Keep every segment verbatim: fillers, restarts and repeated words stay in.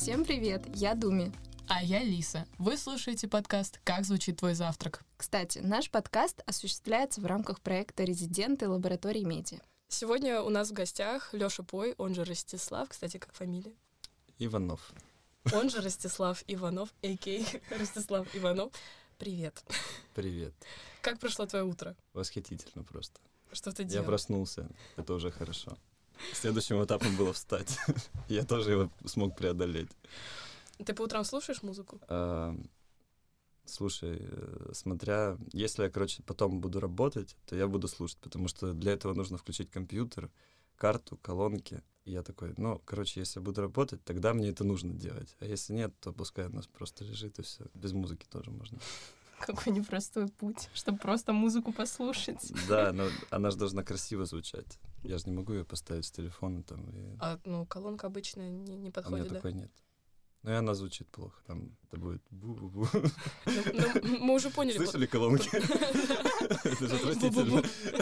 Всем привет, я Думи. А я Лиса. Вы слушаете подкаст «Как звучит твой завтрак?». Кстати, наш подкаст осуществляется в рамках проекта «Резиденты лаборатории медиа». Сегодня у нас в гостях Лёша Пой, он же Ростислав, кстати, как фамилия? Иванов. Он же Ростислав Иванов, а.к.а. Ростислав Иванов. Привет. Привет. Как прошло твое утро? Восхитительно просто. Что ты делал? Я проснулся, это уже хорошо. Следующим этапом было встать. Я тоже его смог преодолеть. Ты по утрам слушаешь музыку? А, слушай, смотря... Если я, короче, потом буду работать, то я буду слушать, потому что для этого нужно включить компьютер, карту, колонки. И я такой, ну, короче, если я буду работать, тогда мне это нужно делать. А если нет, то пускай у нас просто лежит и все. Без музыки тоже можно. Какой непростой путь, чтобы просто музыку послушать. Да, но она же должна красиво звучать. Я же не могу ее поставить с телефона там. И... А, ну, колонка обычно не, не А у подходит, меня да? такой нет. Ну и она звучит плохо. Там это будет бу-бу-бу. Ну, ну, мы уже поняли. Слышали колонки? Это же отвратительно.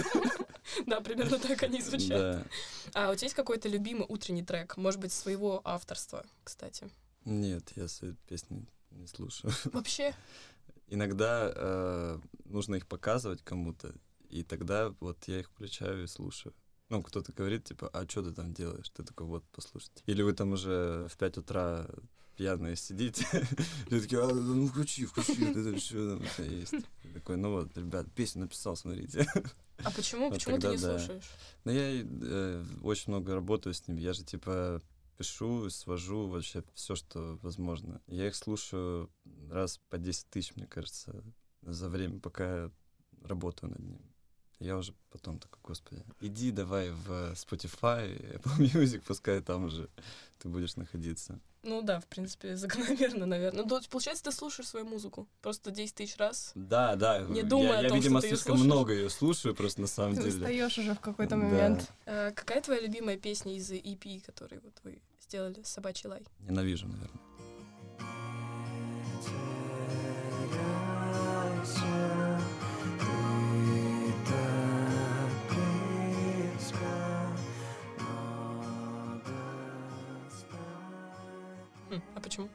Да, примерно так они звучат. Да. А у тебя есть какой-то любимый утренний трек? Может быть, своего авторства, кстати? Нет, я свои песни не слушаю. Вообще? Иногда э, нужно их показывать кому-то, и тогда вот я их включаю и слушаю. Ну, кто-то говорит, типа, а что ты там делаешь? Ты такой, вот, послушайте. Или вы там уже в пять утра пьяные сидите, и такие, а, ну, включи, включи, это что там у тебя есть? Я такой, ну вот, ребят, песню написал, смотрите. А почему? Вот Почему ты тогда не да. слушаешь? Ну, я э, очень много работаю с ними. Я же, типа, пишу, свожу вообще все, что возможно. Я их слушаю раз по десять тысяч, мне кажется, за время, пока я работаю над ним. Я уже потом такой, господи, иди давай в Spotify, Apple Music, пускай там уже ты будешь находиться. Ну да, в принципе, закономерно, наверное. Ну, то есть, получается, ты слушаешь свою музыку просто десять тысяч раз? Да, да. Не думая я, о я том, видимо, что ты её слишком слушаешь. много ее слушаю, просто на самом Ты деле. устаешь уже в какой-то Да. момент. А, какая твоя любимая песня из и пи, который вот вы сделали, «Собачий лай»? Ненавижу, наверное. Хм, а почему?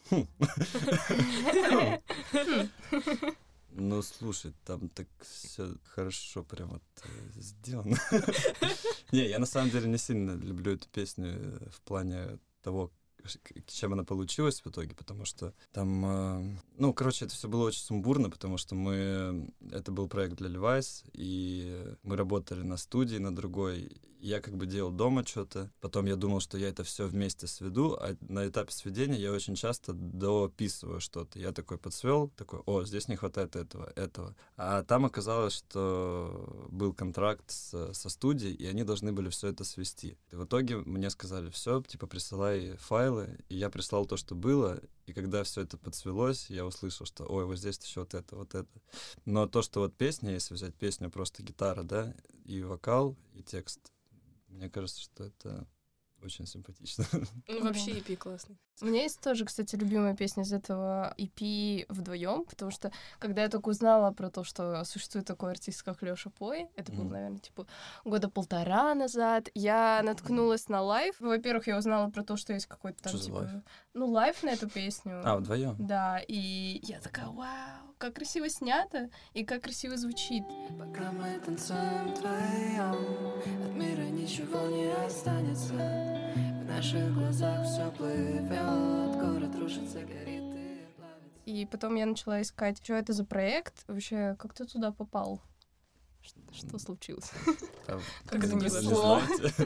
Ну, слушай, там так все хорошо прям вот э, сделано. Не, я на самом деле не сильно люблю эту песню э, в плане того, к- чем она получилась в итоге, потому что там, э, ну, короче, это все было очень сумбурно, потому что мы, это был проект для Levi's, и мы работали на студии, на другой, я как бы делал дома что-то, потом я думал, что я это все вместе сведу, а на этапе сведения я очень часто дописываю что-то. Я такой подсвел, такой, о, здесь не хватает этого, этого. А там оказалось, что был контракт с, со студией, и они должны были все это свести. И в итоге мне сказали, все, типа, присылай файлы, и я прислал то, что было, и когда все это подсвелось, я услышал, что, ой, вот здесь еще вот это, вот это. Но то, что вот песня, если взять песню, просто гитара, да, и вокал, и текст, мне кажется, что это очень симпатично. Ну, вообще и пи классный. У меня есть тоже, кстати, любимая песня из этого и пи вдвоем, потому что когда я только узнала про то, что существует такой артист, как Лёша Пой, это было, Мгм. наверное, типа года полтора назад, я наткнулась на лайв. Во-первых, я узнала про то, что есть какой-то там, Что за типа... лайв? Ну, лайв на эту песню. А, вдвоем? Да, и я такая, вау, как красиво снято и как красиво звучит. Пока мы танцуем вдвоем, от мира ничего не останется. В наших глазах все плывет, город рушится, горит и плавится. И потом я начала искать, что это за проект, вообще, как ты туда попал? Что, что случилось? А, Как это не занесло? знаете?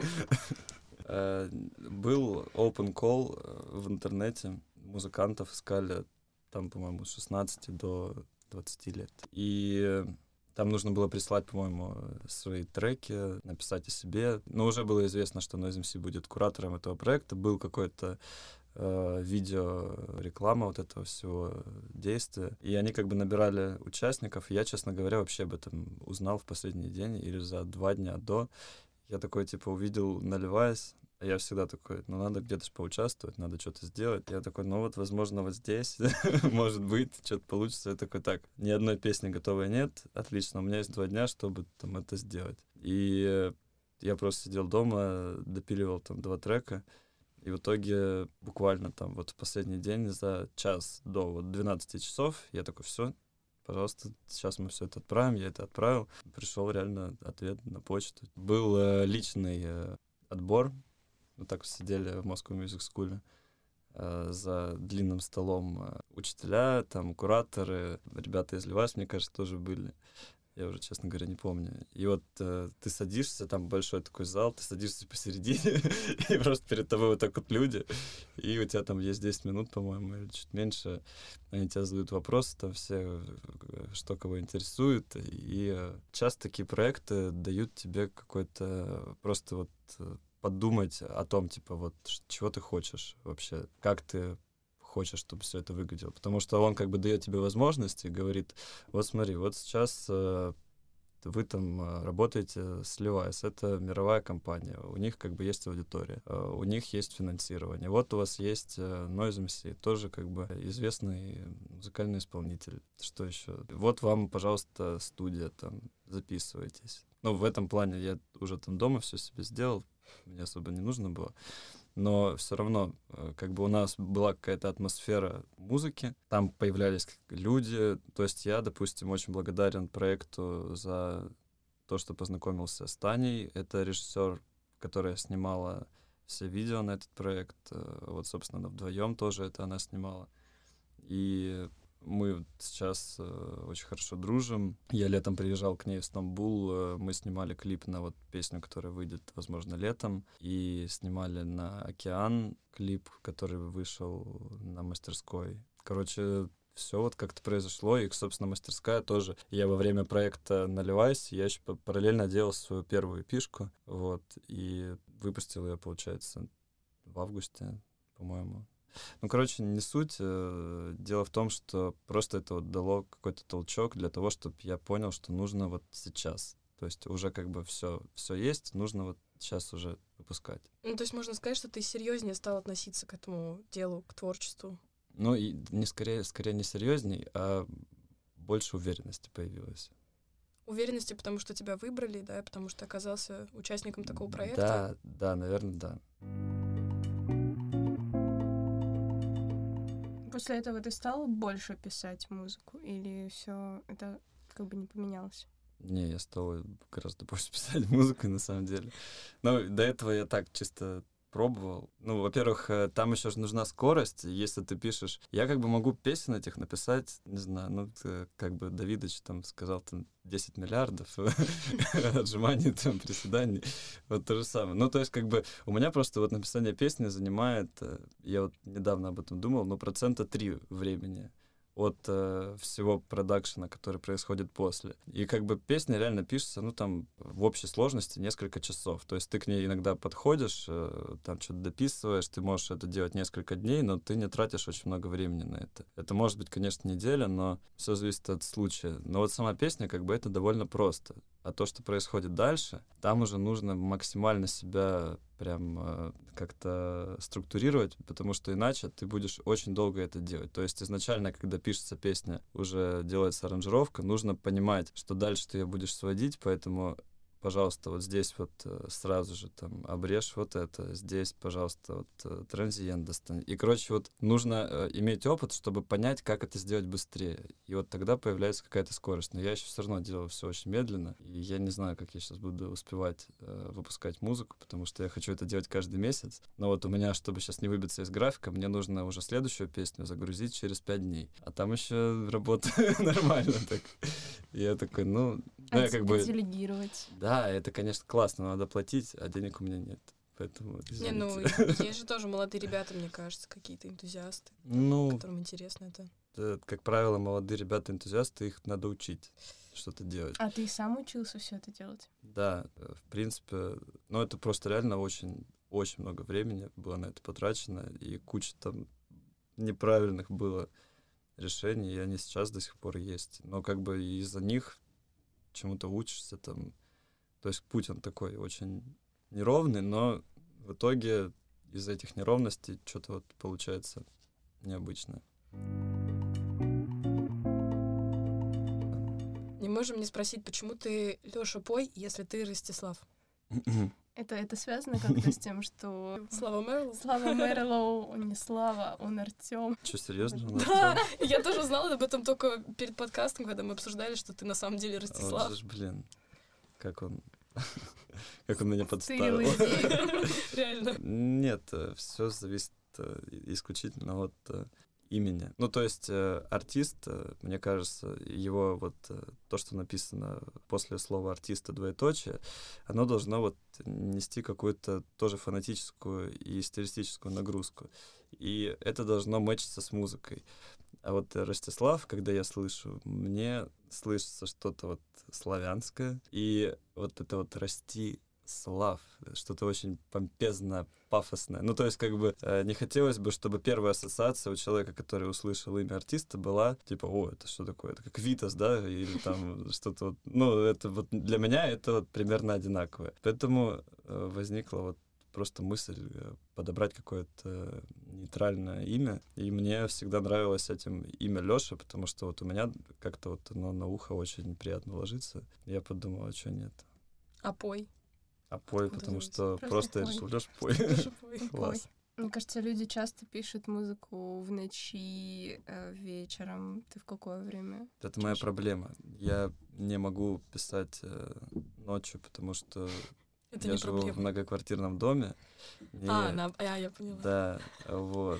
Э, Был open call э, в интернете, музыкантов искали там, по-моему, с шестнадцати до двадцати лет. И э, там нужно было прислать, по-моему, свои треки, написать о себе. Но уже было известно, что Noise эм си будет куратором этого проекта. Был какой-то э, видео, реклама вот этого всего действия. И они как бы набирали участников. И я, честно говоря, вообще об этом узнал в последний день или за два дня до. Я такой, типа, увидел, наливаясь. А я всегда такой, ну, надо где-то же поучаствовать, надо что-то сделать. Я такой, ну, вот, возможно, вот здесь, может быть, что-то получится. Я такой, так, ни одной песни готовой нет, отлично, у меня есть два дня, чтобы там это сделать. И я просто сидел дома, допиливал там два трека, И в итоге буквально там вот в последний день за час до вот двенадцати часов я такой, все, пожалуйста, сейчас мы все это отправим. Я это отправил. Пришел реально ответ на почту. Был э, личный э, отбор. Вот так вот сидели в Moscow Music School э, за длинным столом э, учителя, там кураторы, ребята из Львас, мне кажется, тоже были. Я уже, честно говоря, не помню. И вот э, ты садишься, там большой такой зал, ты садишься посередине, и просто перед тобой вот так вот люди, и у тебя там есть десять минут, по-моему, или чуть меньше, они тебе задают вопросы, там все, что кого интересует, и э, часто такие проекты дают тебе какой-то просто вот подумать о том, типа, вот, чего ты хочешь вообще, как ты хочешь, чтобы все это выглядело. Потому что он как бы дает тебе возможности, говорит, вот смотри, вот сейчас э, вы там э, работаете с Levi's, это мировая компания, у них как бы есть аудитория, э, у них есть финансирование. Вот у вас есть э, Noise эм си, тоже как бы известный музыкальный исполнитель. Что еще? Вот вам, пожалуйста, студия, там, записывайтесь. Ну, в этом плане я уже там дома все себе сделал, мне особо не нужно было. Но все равно, как бы у нас была какая-то атмосфера музыки, там появлялись люди, то есть я, допустим, очень благодарен проекту за то, что познакомился с Таней, это режиссер, которая снимала все видео на этот проект, вот, собственно, вдвоем тоже это она снимала, и мы сейчас э, очень хорошо дружим. Я летом приезжал к ней в Стамбул, э, мы снимали клип на вот песню, которая выйдет, возможно, летом, и снимали на «Океан» клип, который вышел на мастерской. Короче, все вот как-то произошло, и, собственно, мастерская тоже. Я во время проекта на Levi's, я еще параллельно делал свою первую пишку, вот, и выпустил ее, получается, в августе, по-моему. Ну, короче, не суть. Дело в том, что просто это вот дало какой-то толчок для того, чтобы я понял, что нужно вот сейчас. То есть уже как бы все, все есть, нужно вот сейчас уже выпускать. Ну, то есть можно сказать, что ты серьезнее стал относиться к этому делу, к творчеству. Ну, и не скорее, скорее не серьезней, а больше уверенности появилось. Уверенности, потому что тебя выбрали, да, потому что оказался участником такого проекта? Да, да, наверное, да. После этого ты стал больше писать музыку, или все это как бы не поменялось? Не, я стал гораздо больше писать музыку, на самом деле. Но до этого я так чисто пробовал. Ну, во-первых, там еще же нужна скорость. Если ты пишешь... Я как бы могу песен этих написать, не знаю, ну, как бы Давидыч там сказал, там, десять миллиардов отжиманий, там, приседаний. Вот то же самое. Ну, то есть, как бы, у меня просто вот написание песни занимает, я вот недавно об этом думал, но процента три времени от э, всего продакшена, который происходит после. И как бы песня реально пишется, ну, там, в общей сложности несколько часов. То есть ты к ней иногда подходишь, э, там, что-то дописываешь, ты можешь это делать несколько дней, но ты не тратишь очень много времени на это. Это может быть, конечно, неделя, но все зависит от случая. Но вот сама песня, как бы, это довольно просто. А то, что происходит дальше, там уже нужно максимально себя прям э, как-то структурировать, потому что иначе ты будешь очень долго это делать. То есть изначально, когда пишется песня, уже делается аранжировка, нужно понимать, что дальше ты ее будешь сводить, поэтому, пожалуйста, вот здесь вот сразу же там обрежь вот это, здесь, пожалуйста, вот транзиент достань. И, короче, вот нужно э, иметь опыт, чтобы понять, как это сделать быстрее. И вот тогда появляется какая-то скорость. Но я еще все равно делаю все очень медленно, и я не знаю, как я сейчас буду успевать э, выпускать музыку, потому что я хочу это делать каждый месяц. Но вот у меня, чтобы сейчас не выбиться из графика, мне нужно уже следующую песню загрузить через пять дней. А там еще работа нормально так. Я такой, ну... А я как бы делегировать? Да, это, конечно, классно, надо платить, а денег у меня нет. Поэтому, не, ну, извините. есть же тоже молодые ребята, мне кажется, какие-то энтузиасты, Ну, которым интересно это. да, как правило, молодые ребята-энтузиасты, их надо учить что-то делать. А ты сам учился все это делать? Да, в принципе, ну, это просто реально очень, очень много времени было на это потрачено, и куча там неправильных было решений, и они сейчас до сих пор есть. Но как бы из-за них чему-то учишься там. То есть путь он такой очень неровный, но в итоге из-за этих неровностей что-то вот получается необычное. Не можем не спросить, почему ты Лёша Пой, если ты Ростислав? Это, это связано как-то с тем, что... Слава Мерлоу. Слава Мерлоу, он не Слава, он Артём. Что, серьезно? Да, я тоже узнала об этом только перед подкастом, когда мы обсуждали, что ты на самом деле Ростислав. Вот же, блин, как он... Как он меня Стырил подставил. идею. Реально. Нет, все зависит э, исключительно от э, имени. Ну, то есть э, артист, э, мне кажется, его вот э, то, что написано после слова артиста двоеточие, оно должно вот нести какую-то тоже фонетическую и стилистическую нагрузку. И это должно мэчиться с музыкой. А вот Ростислав, когда я слышу, мне слышится что-то вот славянское, и вот это вот «расти слав», что-то очень помпезное, пафосное. Ну, то есть, как бы, э, не хотелось бы, чтобы первая ассоциация у человека, который услышал имя артиста, была, типа, о, это что такое? Это как Витас, да? Или там что-то вот... Ну, это вот для меня это вот примерно одинаковое. Поэтому э, возникла вот просто мысль подобрать какое-то нейтральное имя. И мне всегда нравилось этим имя Лёша, потому что вот у меня как-то вот оно на ухо очень приятно ложится. Я подумал, а что нет? А пой. А пой, Откуда потому взялось? что Просто просто я пой. решил, Лёш, пой. Лёша, пой. Класс. Мне кажется, люди часто пишут музыку в ночи, э, вечером. Ты в какое время? Это моя чаще? проблема. Я не могу писать э, ночью, потому что Это я не живу в проблема. многоквартирном доме. И- А, на... а, я поняла. Да, вот.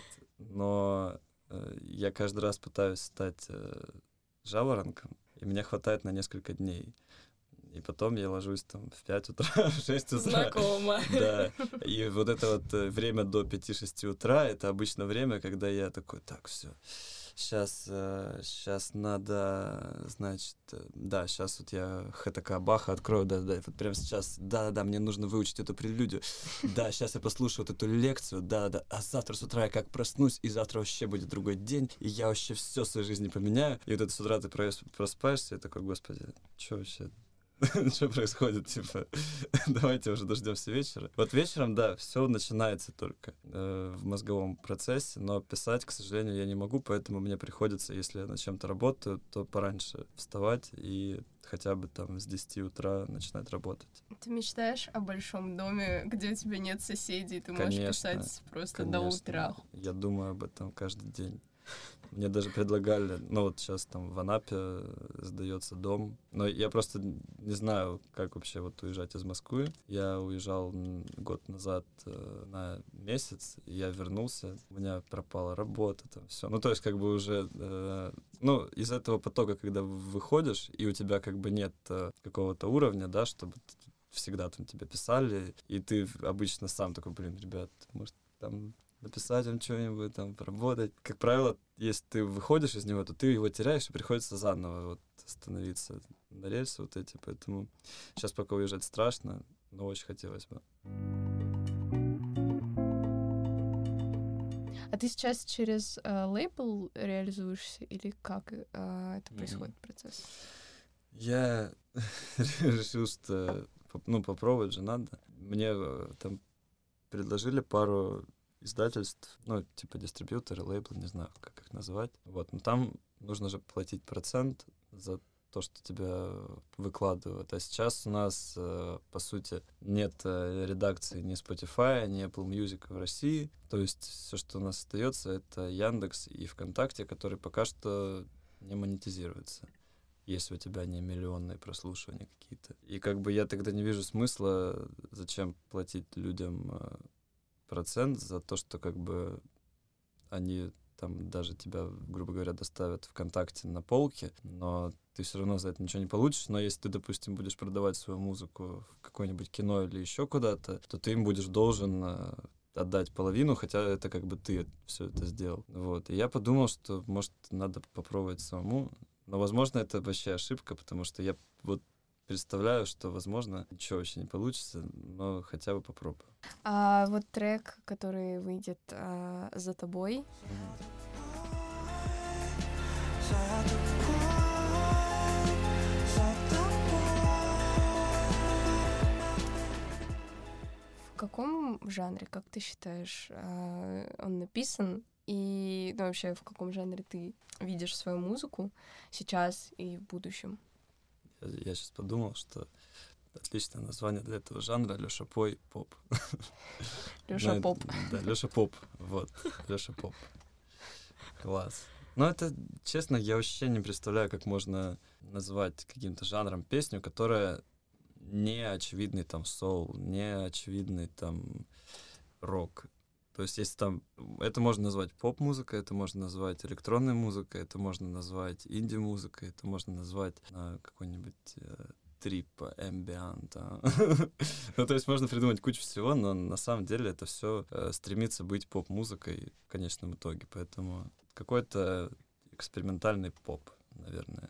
Но э, я каждый раз пытаюсь стать э, жаворонком, и мне хватает на несколько дней. И потом я ложусь там в пять утра, в шесть утра. Знакомо. Да, и вот это вот э, время до пяти-шести утра, это обычно время, когда я такой, так, все, сейчас, сейчас надо, значит, э, да, сейчас вот я Хэтака Баха открою, да-да, вот прямо сейчас, да-да-да, мне нужно выучить эту прелюдию, да, сейчас я послушаю вот эту лекцию, да-да, а завтра с утра я как проснусь, и завтра вообще будет другой день, и я вообще все в своей жизни поменяю, и вот это с утра ты прос- просыпаешься, и такой, господи, что вообще... Что происходит, типа, давайте уже дождемся вечера. Вот вечером, да, все начинается только э, в мозговом процессе, но писать, к сожалению, я не могу, поэтому мне приходится, если я над чем-то работаю, то пораньше вставать и хотя бы там с десяти утра начинать работать. Ты мечтаешь о большом доме, где у тебя нет соседей, ты можешь Конечно, писать просто Конечно, до утра. Я думаю об этом каждый день. Мне даже предлагали, ну вот сейчас там в Анапе сдается дом, но я просто не знаю, как вообще вот уезжать из Москвы. Я уезжал год назад э, на месяц, и я вернулся, у меня пропала работа, там все. Ну то есть как бы уже, э, ну из этого потока, когда выходишь, и у тебя как бы нет э, какого-то уровня, да, чтобы всегда там тебе писали, и ты обычно сам такой, блин, ребят, может там... написать им что-нибудь, там, поработать. Как правило, если ты выходишь из него, то ты его теряешь, и приходится заново вот становиться на рельсы вот эти. Поэтому сейчас пока уезжать страшно, но очень хотелось бы. А ты сейчас через э, лейбл реализуешься или как э, это происходит, процесс? Я решил, что ну, попробовать же надо. Мне там предложили пару издательств, ну, типа дистрибьюторы, лейблы, не знаю, как их называть. Вот, но там нужно же платить процент за то, что тебя выкладывают. А сейчас у нас, по сути, нет редакции ни Spotify, ни Apple Music в России. То есть все, что у нас остается, это Яндекс и ВКонтакте, которые пока что не монетизируются, если у тебя не миллионные прослушивания какие-то. И как бы я тогда не вижу смысла, зачем платить людям процент за то, что как бы они там даже тебя, грубо говоря, доставят ВКонтакте на полке, но ты все равно за это ничего не получишь. Но если ты, допустим, будешь продавать свою музыку в какое-нибудь кино или еще куда-то, то ты им будешь должен отдать половину, хотя это как бы ты все это сделал. Вот. И я подумал, что, может, надо попробовать самому. Но, возможно, это вообще ошибка, потому что я вот представляю, что, возможно, ничего вообще не получится, но хотя бы попробую. А вот трек, который выйдет а, «За тобой», в каком жанре, как ты считаешь, а, он написан? И ну, вообще, в каком жанре ты видишь свою музыку сейчас и в будущем? Я, я сейчас подумал, что отличное название для этого жанра. Лёша Пой, поп. Лёша Поп. Да, Лёша Поп. Вот, Лёша Поп. Класс. Но это, честно, я вообще не представляю, как можно назвать каким-то жанром песню, которая не очевидный там соул, не очевидный там рок. То есть если там... Это можно назвать поп-музыкой, это можно назвать электронной музыкой, это можно назвать инди-музыкой, это можно назвать а, какой-нибудь э, трип, эмбиант. А. Ну, то есть можно придумать кучу всего, но на самом деле это все э, стремится быть поп-музыкой в конечном итоге. Поэтому какой-то экспериментальный поп, наверное.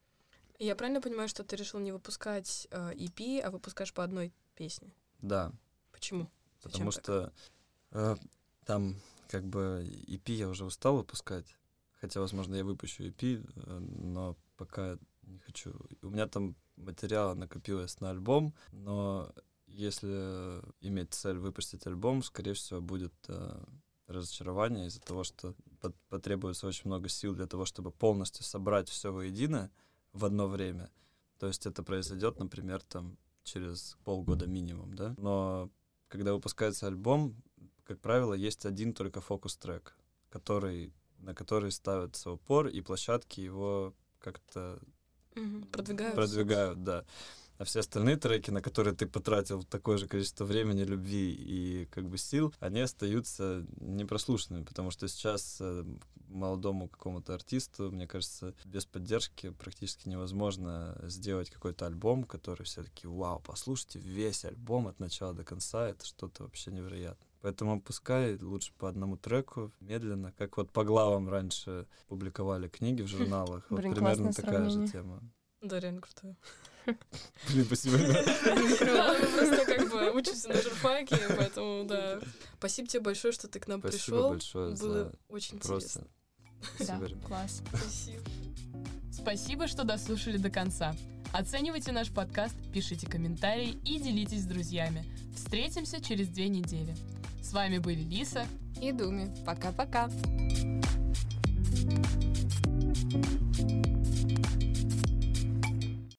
Я правильно понимаю, что ты решил не выпускать э, и пи, а выпускаешь по одной песне? Да. Почему? Потому Зачем что э, там как бы и пи я уже устал выпускать. Хотя, возможно, я выпущу и пи, э, но пока не хочу. У меня там материала накопилось на альбом, но если иметь цель выпустить альбом, скорее всего, будет э, разочарование из-за того, что под, потребуется очень много сил для того, чтобы полностью собрать все воедино в одно время. То есть это произойдет, например, там через полгода минимум, да? Но когда выпускается альбом, как правило, есть один только фокус-трек, который, на который ставится упор, и площадки его как-то Угу. Продвигают. Продвигают, да. А все остальные треки, на которые ты потратил такое же количество времени, любви и как бы сил, они остаются непрослушанными, потому что сейчас э, молодому какому-то артисту, мне кажется, без поддержки практически невозможно сделать какой-то альбом, который все таки вау, послушайте весь альбом от начала до конца, это что-то вообще невероятное. Поэтому пускай лучше по одному треку, медленно, как вот по главам раньше публиковали книги в журналах. Вот Блин, примерно классное такая сравнение. же тема. Да, реально круто. Блин, спасибо. Да, мы просто как бы учимся на журфаке, поэтому, да. Спасибо тебе большое, что ты к нам Спасибо пришел. большое Было за очень просто... интересно. Да, Спасибо, ребят. класс. Спасибо. Спасибо, что дослушали до конца. Оценивайте наш подкаст, пишите комментарии и делитесь с друзьями. Встретимся через две недели. С вами были Лиса И Думи. Пока-пока. Thank